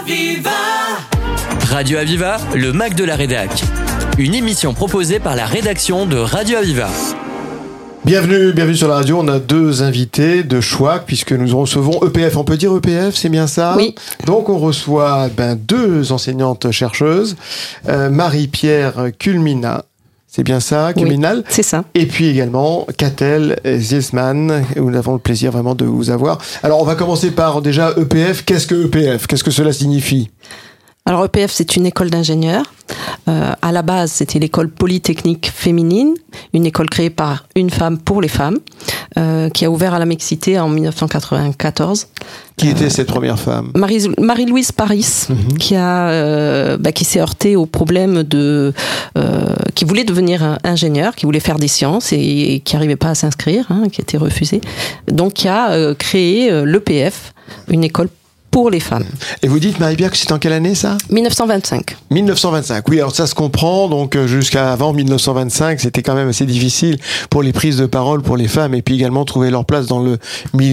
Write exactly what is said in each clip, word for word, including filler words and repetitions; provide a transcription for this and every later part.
Aviva. Radio Aviva, le Mac de la Rédac. Une émission proposée par la rédaction de Radio Aviva. Bienvenue, bienvenue sur la radio. On a deux invités de choix puisque nous recevons E P F. On peut dire E P F, c'est bien ça ? Oui. Donc on reçoit ben, deux enseignantes chercheuses, euh, Marie-Pierre Culmina. C'est bien ça, Culminal. Oui, c'est ça. Et puis également Catel Zielsman. Nous avons le plaisir vraiment de vous avoir. Alors on va commencer par déjà E P F. Qu'est-ce que E P F ? Qu'est-ce que cela signifie ? Alors E P F, c'est une école d'ingénieurs. Euh, à la base, c'était l'école polytechnique féminine, une école créée par une femme pour les femmes, euh, qui a ouvert à la mixité en dix-neuf cent quatre-vingt-quatorze. Qui était euh, cette première femme ? Marie, Marie-Louise Paris, mm-hmm. qui a, euh, bah, qui s'est heurtée au problème de, euh, qui voulait devenir ingénieur, qui voulait faire des sciences et, et qui n'arrivait pas à s'inscrire, hein, qui était refusée. Donc, qui a euh, créé euh, l'E P F, une école pour les femmes. Et vous dites, Marie-Pierre, que c'est en quelle année, ça ? dix-neuf cent vingt-cinq. dix-neuf cent vingt-cinq, oui, alors ça se comprend, donc jusqu'à avant dix-neuf cent vingt-cinq, c'était quand même assez difficile pour les prises de parole pour les femmes, et puis également trouver leur place dans le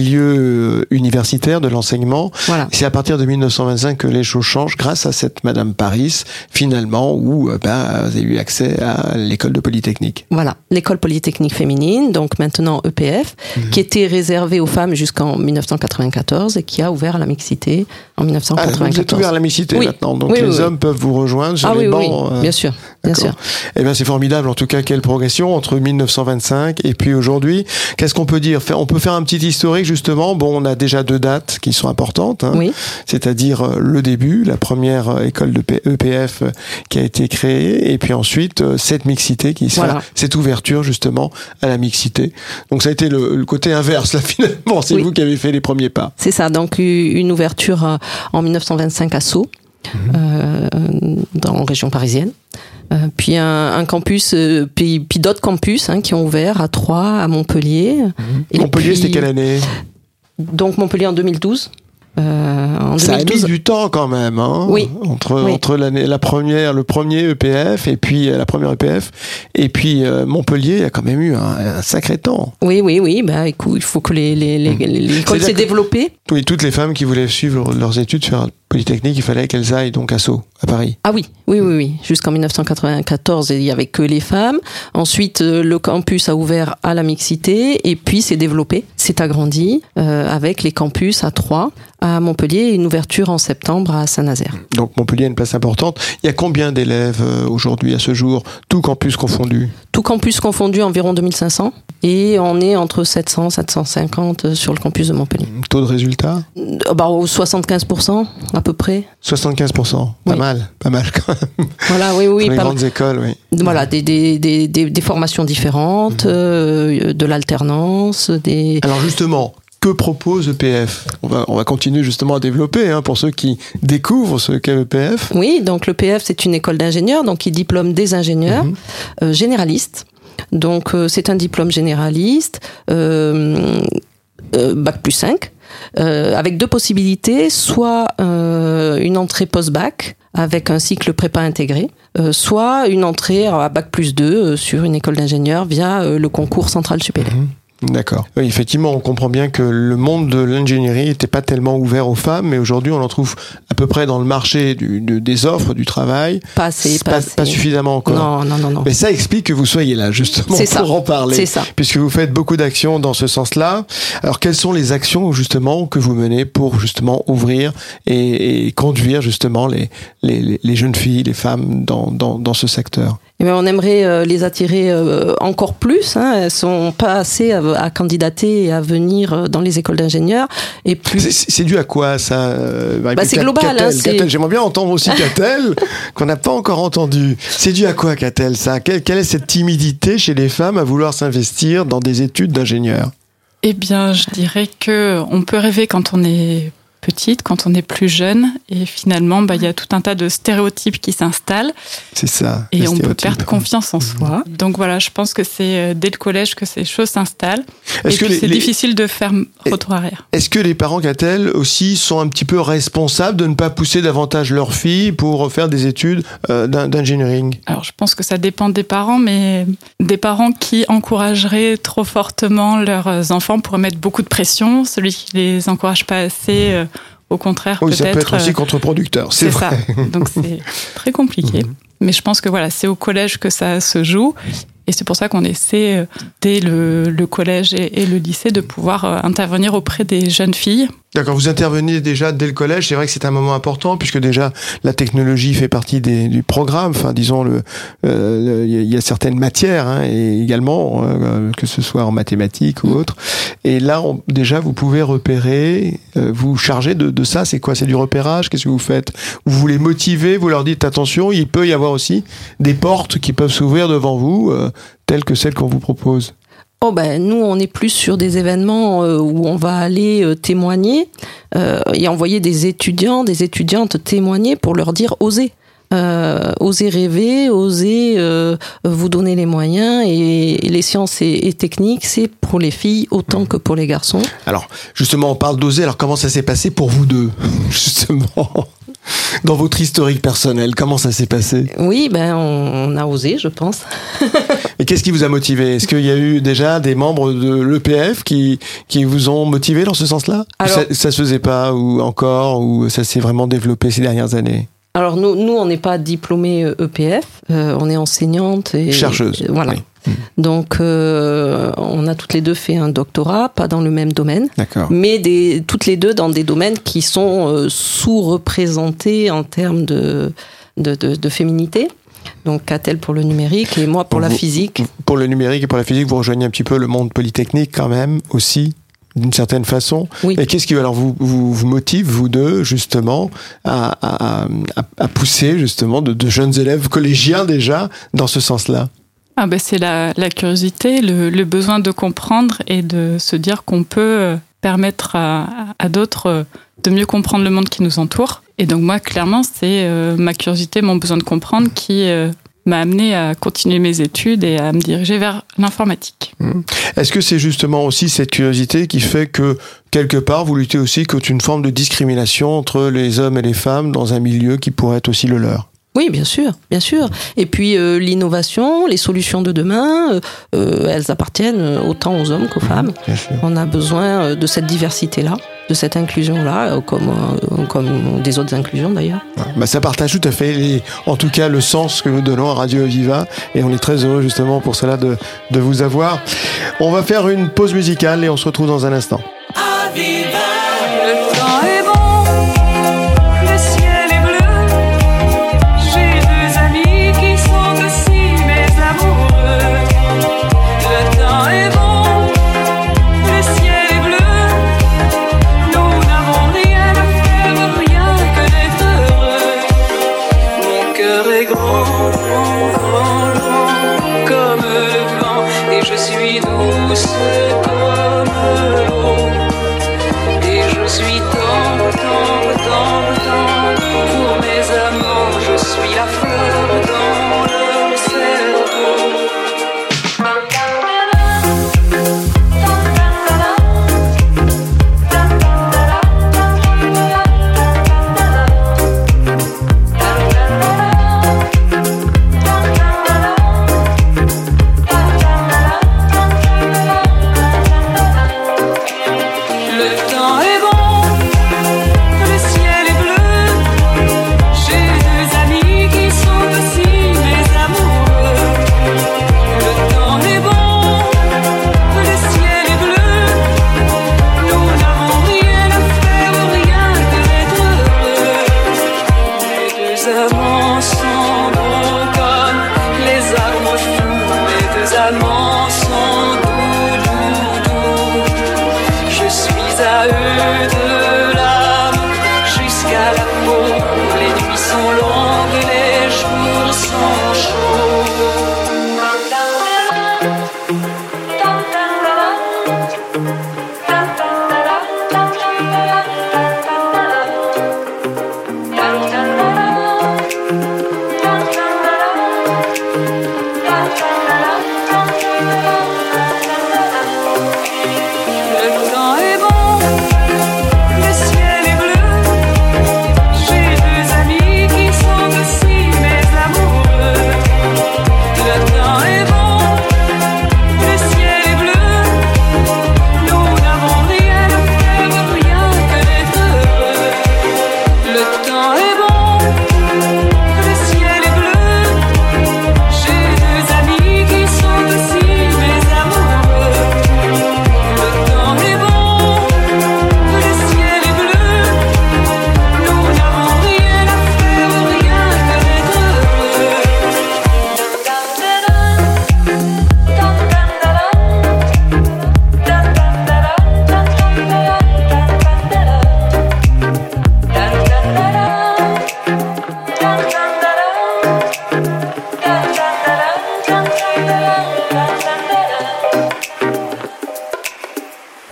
milieu universitaire de l'enseignement. Voilà. C'est à partir de dix-neuf cent vingt-cinq que les choses changent, grâce à cette Madame Paris, finalement, où ben, vous avez eu accès à l'école de Polytechnique. Voilà, l'école polytechnique féminine, donc maintenant E P F, mmh. qui était réservée aux femmes jusqu'en dix-neuf cent quatre-vingt-quatorze, et qui a ouvert à la mixité en dix-neuf cent quatre-vingt-quatorze. Ah, vous êtes ouvert à la mixité oui. maintenant, donc oui, les oui, hommes oui. peuvent vous rejoindre sur ah, les oui, bancs. Oui, euh... bien sûr, bien sûr. Eh bien, c'est formidable, en tout cas, quelle progression entre dix-neuf cent vingt-cinq et puis aujourd'hui. Qu'est-ce qu'on peut dire ? On peut faire un petit historique, justement. Bon, on a déjà deux dates qui sont importantes, hein, oui. c'est-à-dire le début, la première école de E P F qui a été créée, et puis ensuite cette mixité qui sera, voilà. cette ouverture justement à la mixité. Donc ça a été le, le côté inverse là finalement. C'est oui. vous qui avez fait les premiers pas. C'est ça. Donc une ouverture en dix-neuf cent vingt-cinq à Sceaux, mmh. euh, dans la région parisienne. Euh, puis un, un campus, euh, puis, puis d'autres campus hein, qui ont ouvert à Troyes, à Montpellier. Mmh. Et Montpellier, puis, c'était quelle année ? Donc Montpellier en deux mille douze. Euh, en ça deux mille douze. a mis du temps quand même, hein, oui. entre oui. entre l'année, la première, le premier E P F et puis la première E P F et puis euh, Montpellier, il y a quand même eu un, un sacré temps. Oui, oui, oui. Bah, écoute, il faut que les les les, les l'école s'est développée. Oui, toutes les femmes qui voulaient suivre leurs études sur Polytechnique, il fallait qu'elles aillent donc à Sceaux, à Paris. Ah oui, oui, oui, oui. Jusqu'en dix-neuf cent quatre-vingt-quatorze, il y avait que les femmes. Ensuite, le campus a ouvert à la mixité et puis s'est développé, s'est agrandi euh, avec les campus à Troyes, à Montpellier et une ouverture en septembre à Saint-Nazaire. Donc Montpellier a une place importante. Il y a combien d'élèves euh, aujourd'hui à ce jour, tout campus confondu ? Tout campus confondu, environ deux mille cinq cents. Et on est entre sept cents et sept cent cinquante sur le campus de Montpellier. Taux de résultat ? Bah, soixante-quinze pour cent à peu près. soixante-quinze pour cent, pas oui. mal, pas mal quand même. Voilà, oui, oui. Pour les pas grandes mal. écoles, oui. Voilà, des, des, des, des, des formations différentes, mmh. euh, de l'alternance, des... Alors justement, que propose E P F ? on va, on va continuer justement à développer hein, pour ceux qui découvrent ce qu'est E P F. Oui, donc l'E P F, c'est une école d'ingénieurs, donc qui diplôme des ingénieurs mmh. euh, généralistes. Donc euh, c'est un diplôme généraliste, euh, euh, bac plus cinq, euh, avec deux possibilités, soit euh, une entrée post-bac, avec un cycle prépa intégré, euh, soit une entrée à bac plus deux euh, sur une école d'ingénieurs via euh, le concours central supérieur. Mmh. D'accord. Oui, effectivement, on comprend bien que le monde de l'ingénierie n'était pas tellement ouvert aux femmes, mais aujourd'hui, on en trouve à peu près dans le marché du, de, des offres, du travail. Pas assez, pas, pas, assez. pas suffisamment encore. Non, non, non, non. Mais ça explique que vous soyez là, justement, C'est pour ça. en parler. C'est ça. Puisque vous faites beaucoup d'actions dans ce sens-là. Alors, quelles sont les actions, justement, que vous menez pour, justement, ouvrir et, et conduire, justement, les, les, les jeunes filles, les femmes dans, dans, dans ce secteur ? Eh bien, on aimerait euh, les attirer euh, encore plus. Hein. Elles sont pas assez à, à candidater et à venir dans les écoles d'ingénieurs. Et plus. C'est, c'est dû à quoi ça euh, bah, C'est global. Catel, hein, c'est... Catel. J'aimerais bien entendre aussi Catel, qu'on n'a pas encore entendu. C'est dû à quoi, Catel, ça ? quelle, quelle est cette timidité chez les femmes à vouloir s'investir dans des études d'ingénieur ? Eh bien, je dirais que on peut rêver quand on est petite, quand on est plus jeune, et finalement, bah, y a tout un tas de stéréotypes qui s'installent. C'est ça. Et on peut perdre confiance en soi. Mmh. Donc voilà, je pense que c'est dès le collège que ces choses s'installent. Est-ce et que puis les, c'est les... difficile de faire retour arrière. Est-ce que les parents, Catel, aussi sont un petit peu responsables de ne pas pousser davantage leurs filles pour faire des études euh, d'engineering ? Alors je pense que ça dépend des parents, mais des parents qui encourageraient trop fortement leurs enfants pourraient mettre beaucoup de pression. Celui qui les encourage pas assez... Euh, au contraire, oui, peut-être... ça peut être aussi contre-producteur, c'est, c'est vrai. ça. Donc c'est très compliqué. Mmh. Mais je pense que voilà, c'est au collège que ça se joue. Et c'est pour ça qu'on essaie, dès le, le collège et, et le lycée, de pouvoir intervenir auprès des jeunes filles. D'accord, vous intervenez déjà dès le collège. C'est vrai que c'est un moment important puisque déjà la technologie fait partie des, du programme. Enfin, disons, le, euh, il y a certaines matières hein, et également euh, que ce soit en mathématiques ou autre. Et là, on, déjà, vous pouvez repérer, euh, vous charger de, de ça. C'est quoi ? C'est du repérage ? Qu'est-ce que vous faites ? Vous les motivez, vous leur dites attention, il peut y avoir aussi des portes qui peuvent s'ouvrir devant vous, euh, telles que celles qu'on vous propose. Oh ben, nous, on est plus sur des événements euh, où on va aller euh, témoigner euh, et envoyer des étudiants, des étudiantes témoigner pour leur dire osez. Euh, osez rêver, osez euh, vous donner les moyens et, et les sciences et, et techniques, c'est pour les filles autant mmh. que pour les garçons. Alors, justement, on parle d'oser. Alors, comment ça s'est passé pour vous deux, justement ? Dans votre historique personnel, comment ça s'est passé ? Oui, ben on, on a osé, je pense. Et qu'est-ce qui vous a motivé ? Est-ce qu'il y a eu déjà des membres de l'E P F qui qui vous ont motivé dans ce sens-là ? Alors, ça, ça se faisait pas ou encore ou ça s'est vraiment développé ces dernières années ? Alors nous, nous on n'est pas diplômés E P F, euh, on est enseignante et chercheuse. Et, voilà. Oui. Donc, euh, on a toutes les deux fait un doctorat, pas dans le même domaine, D'accord. mais des, toutes les deux dans des domaines qui sont euh, sous-représentés en termes de, de, de, de féminité. Donc, Catel pour le numérique et moi pour vous, la physique. Pour le numérique et pour la physique, vous rejoignez un petit peu le monde polytechnique quand même aussi, d'une certaine façon. Oui. Et qu'est-ce qui alors vous, vous, vous motive, vous deux, justement, à, à, à, à pousser justement de, de jeunes élèves collégiens déjà dans ce sens-là ? Ah ben c'est la, la curiosité, le, le besoin de comprendre et de se dire qu'on peut permettre à, à d'autres de mieux comprendre le monde qui nous entoure. Et donc moi, clairement, c'est euh, ma curiosité, mon besoin de comprendre qui euh, m'a amené à continuer mes études et à me diriger vers l'informatique. Mmh. Est-ce que c'est justement aussi cette curiosité qui fait que, quelque part, vous luttez aussi contre une forme de discrimination entre les hommes et les femmes dans un milieu qui pourrait être aussi le leur ? Oui, bien sûr, bien sûr. Et puis euh, l'innovation, les solutions de demain, euh, elles appartiennent autant aux hommes qu'aux femmes. On a besoin de cette diversité-là, de cette inclusion-là, comme, euh, comme des autres inclusions d'ailleurs. Bah, ça partage tout à fait, les, en tout cas, le sens que nous donnons à Radio Aviva. Et on est très heureux justement pour cela de, de vous avoir. On va faire une pause musicale et on se retrouve dans un instant. Aviva. Le temps est bon.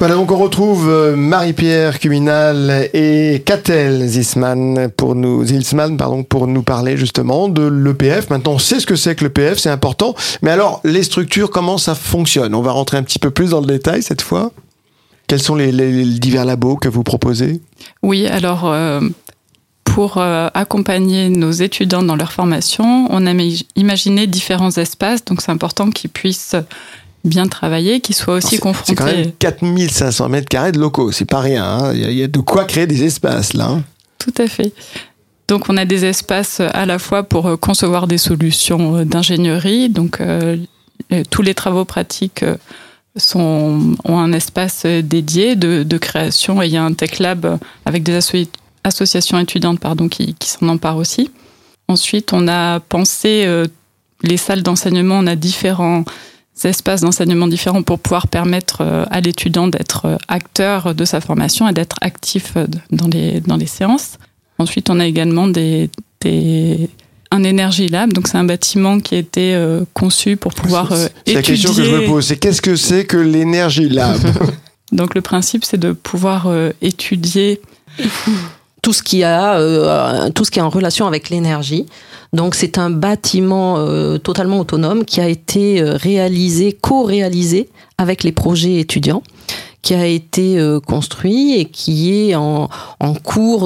Voilà, donc on retrouve Marie-Pierre Cuminal et Catel Zilsman pour nous, Zilsman, pardon, pour nous parler justement de l'E P F. Maintenant, on sait ce que c'est que l'E P F, c'est important. Mais alors, les structures, comment ça fonctionne? On va rentrer un petit peu plus dans le détail cette fois. Quels sont les, les, les divers labos que vous proposez? Oui, alors... Euh... Pour euh, accompagner nos étudiants dans leur formation, on a imaginé différents espaces, donc c'est important qu'ils puissent bien travailler, qu'ils soient aussi c'est, confrontés... C'est quand même quatre mille cinq cents mètres carrés de locaux, c'est pas rien, hein. Il y a de quoi créer des espaces là. Hein. Tout à fait. Donc on a des espaces à la fois pour concevoir des solutions d'ingénierie, donc euh, tous les travaux pratiques sont, ont un espace dédié de, de création, et il y a un Tech Lab avec des associations associations étudiantes pardon, qui, qui s'en emparent aussi. Ensuite, on a pensé euh, les salles d'enseignement, on a différents espaces d'enseignement différents pour pouvoir permettre euh, à l'étudiant d'être acteur de sa formation et d'être actif dans les, dans les séances. Ensuite, on a également des, des, un Energy Lab, donc c'est un bâtiment qui a été euh, conçu pour pouvoir euh, c'est étudier... la question que je me pose, c'est qu'est-ce que c'est que l'Energy Lab? Donc le principe, c'est de pouvoir euh, étudier... tout ce qui a euh, tout ce qui est en relation avec l'énergie. Donc c'est un bâtiment euh, totalement autonome qui a été réalisé, co-réalisé avec les projets étudiants, qui a été euh, construit et qui est en, en cours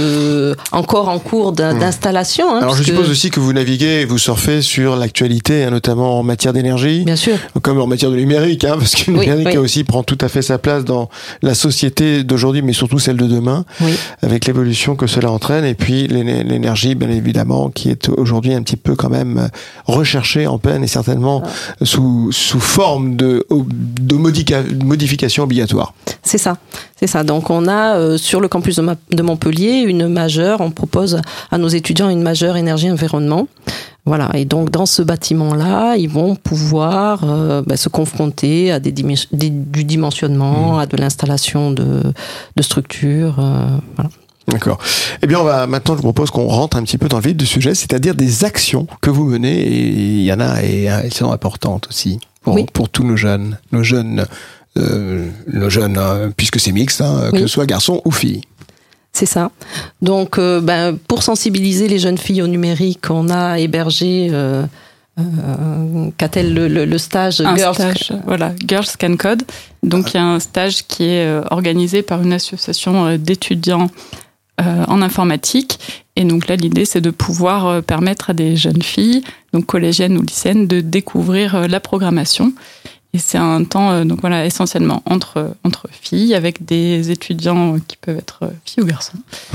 de encore en cours d'installation. Hein, Alors je suppose que... aussi que vous naviguez, vous surfez sur l'actualité, hein, notamment en matière d'énergie. Bien sûr. Comme en matière de numérique, hein, parce que le oui, numérique oui. a aussi prend tout à fait sa place dans la société d'aujourd'hui, mais surtout celle de demain, oui. avec l'évolution que cela entraîne, et puis l'énergie, bien évidemment, qui est aujourd'hui un petit peu quand même recherchée en peine et certainement ah. sous sous forme de de modica, modification obligatoire. C'est ça, c'est ça. Donc on a euh, sur le campus de, Ma- de Montpellier une majeure, on propose à nos étudiants une majeure énergie-environnement. Voilà, et donc dans ce bâtiment-là, ils vont pouvoir euh, bah, se confronter à des, dim- des du dimensionnement, mmh. à de l'installation de, de structures. Euh, voilà. D'accord. Eh bien, on va maintenant, je vous propose qu'on rentre un petit peu dans le vif du sujet, c'est-à-dire des actions que vous menez, et il y en a, et elles sont importantes aussi pour, oui. pour tous nos jeunes, nos jeunes. Euh, nos jeunes, hein, puisque c'est mixte, hein, oui. que ce soit garçons ou filles. C'est ça. Donc, euh, ben, pour sensibiliser les jeunes filles au numérique, on a hébergé, euh, euh, qu'a-t-elle le, le, le stage un Girls stage, voilà, Girls Can Code. Donc, il y a un stage qui est euh, organisé par une association euh, d'étudiants euh, en informatique. Et donc là, l'idée, c'est de pouvoir euh, permettre à des jeunes filles, donc collégiennes ou lycéennes, de découvrir euh, la programmation. Et c'est un temps, euh, donc voilà, essentiellement entre, entre filles, avec des étudiants qui peuvent être filles ou garçons,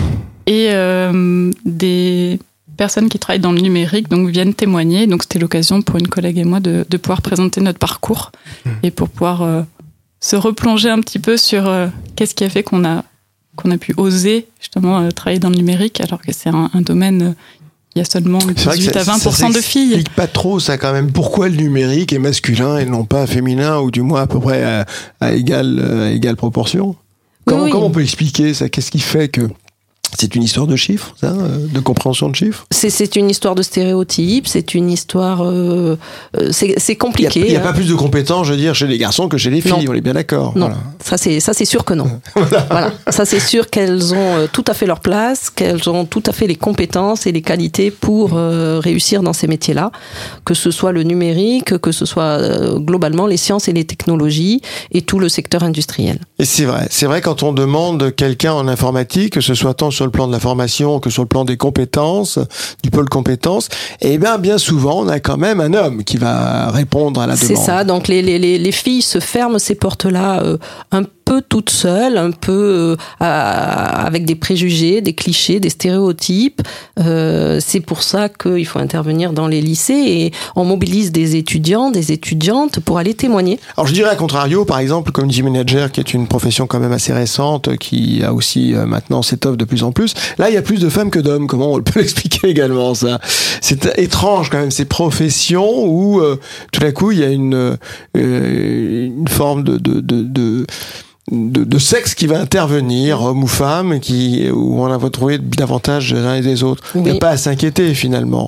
et euh, des personnes qui travaillent dans le numérique, donc viennent témoigner. Donc c'était l'occasion pour une collègue et moi de, de pouvoir présenter notre parcours mmh. et pour pouvoir euh, se replonger un petit peu sur euh, qu'est-ce qui a fait qu'on a, qu'on a pu oser justement euh, travailler dans le numérique, alors que c'est un, un domaine... Euh, il y a seulement dix-huit à vingt pour cent de filles. Ça n'explique pas trop ça quand même. Pourquoi le numérique est masculin et non pas féminin, ou du moins à peu près à, à, égale, à égale proportion? Comment, oui, oui. comment on peut expliquer ça? Qu'est-ce qui fait que... C'est une histoire de chiffres, ça, de compréhension de chiffres. C'est, c'est une histoire de stéréotypes, c'est une histoire... Euh, c'est, c'est compliqué. Il n'y a, a hein. pas plus de compétences, je veux dire, chez les garçons que chez les filles, non. on est bien d'accord. Non, voilà. ça, c'est, ça c'est sûr que non. voilà. voilà. Ça c'est sûr qu'elles ont tout à fait leur place, qu'elles ont tout à fait les compétences et les qualités pour euh, réussir dans ces métiers-là, que ce soit le numérique, que ce soit euh, globalement les sciences et les technologies et tout le secteur industriel. Et c'est vrai, c'est vrai quand on demande quelqu'un en informatique, que ce soit tant sur le plan de la formation que sur le plan des compétences, du pôle compétences, et bien bien souvent on a quand même un homme qui va répondre à la c'est demande. C'est ça, donc les, les, les filles se ferment ces portes-là euh, un peu toutes seules, un peu euh, avec des préjugés, des clichés, des stéréotypes. Euh, c'est pour ça qu'il faut intervenir dans les lycées et on mobilise des étudiants, des étudiantes pour aller témoigner. Alors je dirais à contrario, par exemple, community manager, qui est une profession quand même assez récente, qui a aussi euh, maintenant s'étoffe de plus en plus. Là, il y a plus de femmes que d'hommes. Comment on peut l'expliquer également, ça? C'est étrange quand même, ces professions où euh, tout à coup il y a une euh, une forme de de de, de De, de sexe qui va intervenir, homme ou femme, qui, où on a retrouvé davantage les uns et des autres. Oui. Il n'y a pas à s'inquiéter finalement.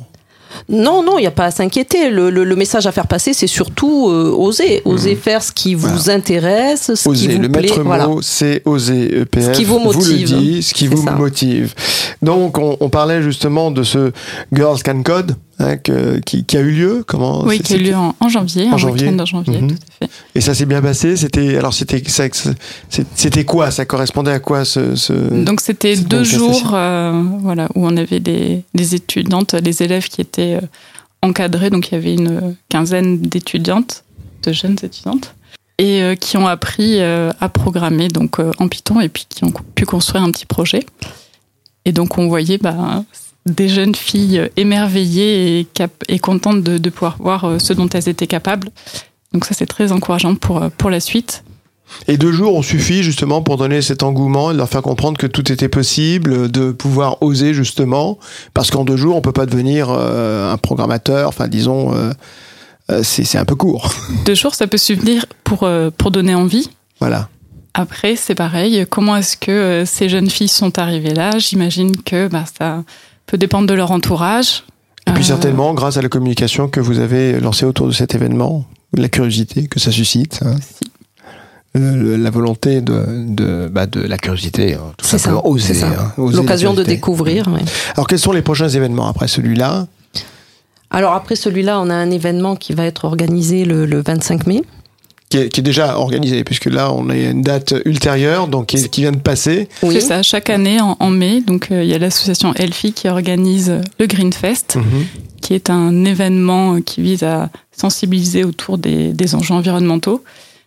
Non, non, il n'y a pas à s'inquiéter. Le, le, le message à faire passer, c'est surtout euh, oser. Oser mmh. faire ce qui vous voilà. intéresse, ce oser. qui vous le plaît. Le maître voilà. mot, c'est oser. E P F, ce qui vous motive. Vous le dit, ce qui c'est vous ça. motive. Donc, on, on parlait justement de ce Girls Can Code. Hein, que, qui, qui a eu lieu comment Oui, qui a eu lieu en, en janvier, en un janvier. week-end en janvier, mmh. tout à fait. Et ça s'est bien passé. C'était alors c'était ça, c'était quoi Ça correspondait à quoi ce, ce Donc c'était deux jours, euh, voilà, où on avait des, des étudiantes, les élèves qui étaient euh, encadrés. Donc il y avait une quinzaine d'étudiantes, de jeunes étudiantes, et euh, qui ont appris euh, à programmer donc euh, en Python et puis qui ont pu construire un petit projet. Et donc on voyait bah des jeunes filles émerveillées et, cap- et contentes de, de pouvoir voir ce dont elles étaient capables. Donc ça, c'est très encourageant pour, pour la suite. Et deux jours ont suffi justement pour donner cet engouement et leur faire comprendre que tout était possible, de pouvoir oser justement, parce qu'en deux jours, on peut pas devenir euh, un programmateur, enfin disons, euh, euh, c'est, c'est un peu court. Deux jours, ça peut suffire pour, euh, pour donner envie. Voilà. Après, c'est pareil, comment est-ce que euh, ces jeunes filles sont arrivées là ? J'imagine que bah, ça peut dépendre de leur entourage. Et puis euh... certainement, grâce à la communication que vous avez lancée autour de cet événement, la curiosité que ça suscite, hein. Si. Le, la volonté de, de, bah de la curiosité, hein, tout c'est simplement ça, oser, c'est ça. Hein, oser. L'occasion de découvrir. Ouais. Alors quels sont les prochains événements après celui-là ? Alors après celui-là, on a un événement qui va être organisé le, le vingt-cinq mai. Qui est, qui est déjà organisé, puisque là, on a une date ultérieure, donc qui, qui vient de passer. Oui. C'est ça, chaque année, en, en mai, donc il euh, y a l'association Elfi qui organise le Green Fest, mm-hmm. qui est un événement qui vise à sensibiliser autour des, des enjeux environnementaux.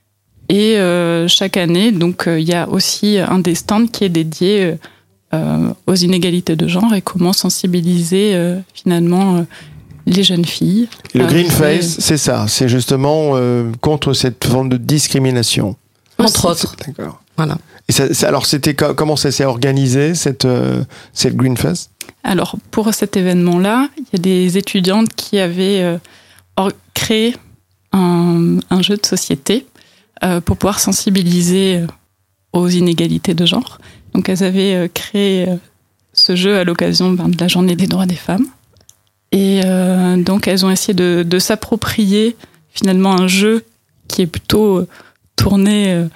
Et euh, chaque année, donc il euh, y a aussi un des stands qui est dédié euh, aux inégalités de genre et comment sensibiliser euh, finalement euh, les jeunes filles. Et le Green Face, c'est ça, c'est justement euh, contre cette forme de discrimination. Entre autres. D'accord. Voilà. Et ça, ça, alors, c'était comment ça s'est organisé cette euh, cette Green Face ? Alors, pour cet événement-là, il y a des étudiantes qui avaient euh, or- créé un, un jeu de société euh, pour pouvoir sensibiliser aux inégalités de genre. Donc, elles avaient euh, créé euh, ce jeu à l'occasion ben, de la Journée des droits des femmes. Et euh, donc, elles ont essayé de, de s'approprier finalement un jeu qui est plutôt tourné, euh,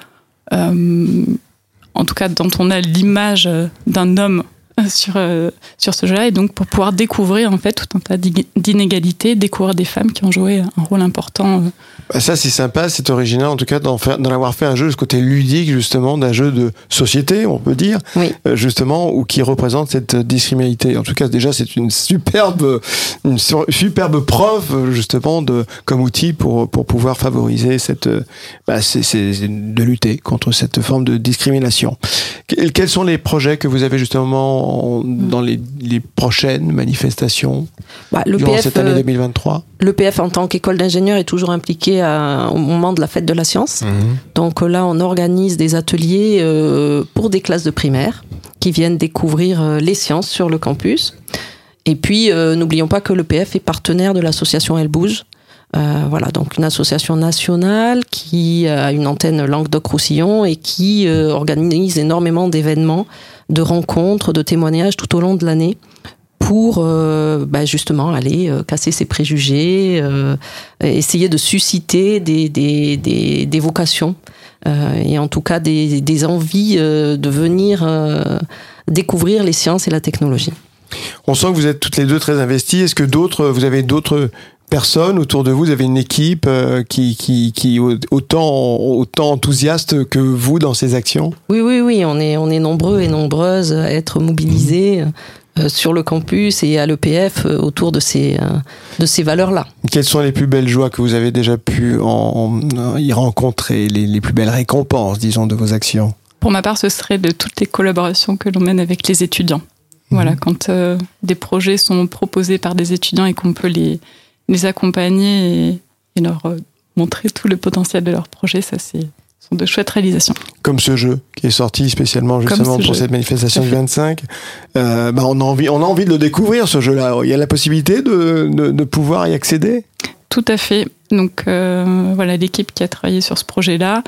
euh, en tout cas dont on a l'image d'un homme sur, euh, sur ce jeu-là. Et donc, pour pouvoir découvrir en fait tout un tas d'inégalités, découvrir des femmes qui ont joué un rôle important. Euh. Bah ça, c'est sympa, c'est original en tout cas d'en, faire, d'en avoir fait un jeu, ce côté ludique justement, d'un jeu de société, on peut dire, oui. euh, justement, ou qui représente cette discriminalité. En tout cas, déjà, c'est une superbe, une superbe preuve justement de comme outil pour pour pouvoir favoriser cette, bah, c'est, c'est de lutter contre cette forme de discrimination. Quels sont les projets que vous avez justement dans les, les prochaines manifestations bah, le durant P F, cette année deux mille vingt-trois ? Le P F, en tant qu'école d'ingénieurs, est toujours impliqué à, au moment de la fête de la science. Mmh. Donc là, on organise des ateliers euh, pour des classes de primaire qui viennent découvrir euh, les sciences sur le campus. Et puis, euh, n'oublions pas que le P F est partenaire de l'association Elle Bouge. Euh, voilà, donc une association nationale qui a une antenne Languedoc-Roussillon et qui euh, organise énormément d'événements, de rencontres, de témoignages tout au long de l'année pour euh, bah justement aller euh, casser ses préjugés, euh, essayer de susciter des, des, des, des vocations euh, et en tout cas des, des envies euh, de venir euh, découvrir les sciences et la technologie. On sent que vous êtes toutes les deux très investies. Est-ce que d'autres, vous avez d'autres personnes autour de vous, vous avez une équipe euh, qui, qui, qui autant, autant enthousiaste que vous dans ces actions ? Oui, oui, oui, on est, on est nombreux et nombreuses à être mobilisés euh, sur le campus et à l'E P F euh, autour de ces, euh, de ces valeurs-là. Quelles sont les plus belles joies que vous avez déjà pu en, en, y rencontrer, les, les plus belles récompenses, disons, de vos actions ? Pour ma part, ce serait de toutes les collaborations que l'on mène avec les étudiants. Mmh. Voilà, quand euh, des projets sont proposés par des étudiants et qu'on peut les les accompagner et, et leur euh, montrer tout le potentiel de leur projet, ça c'est sont de chouettes réalisations. Comme ce jeu qui est sorti spécialement justement pour jeu. Cette manifestation du vingt-cinq, euh, bah on a envie, on a envie de le découvrir ce jeu-là. Il y a la possibilité de, de, de pouvoir y accéder. Tout à fait. Donc euh, voilà, l'équipe qui a travaillé sur ce projet-là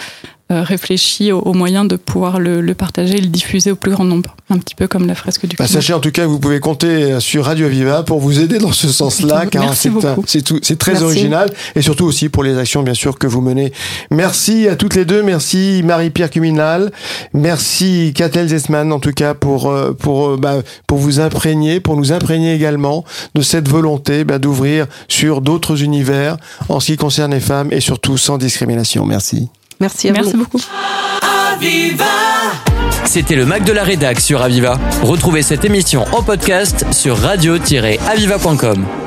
euh, réfléchi aux, aux moyens de pouvoir le, le partager et le diffuser au plus grand nombre. Un petit peu comme la fresque du bah, sachez en tout cas que vous pouvez compter sur Radio Aviva pour vous aider dans ce sens-là, car c'est, un, c'est, tout, c'est très Merci. original, et surtout aussi pour les actions bien sûr que vous menez. Merci à toutes les deux, merci Marie-Pierre Cuminal, merci Catel Zesman en tout cas pour, pour, bah, pour vous imprégner, pour nous imprégner également de cette volonté bah, d'ouvrir sur d'autres univers en ce qui concerne les femmes et surtout sans discrimination. Merci. Merci à Merci vous. beaucoup. Aviva. C'était le Mac de la Rédac sur Aviva. Retrouvez cette émission en podcast sur radio tiret aviva point com.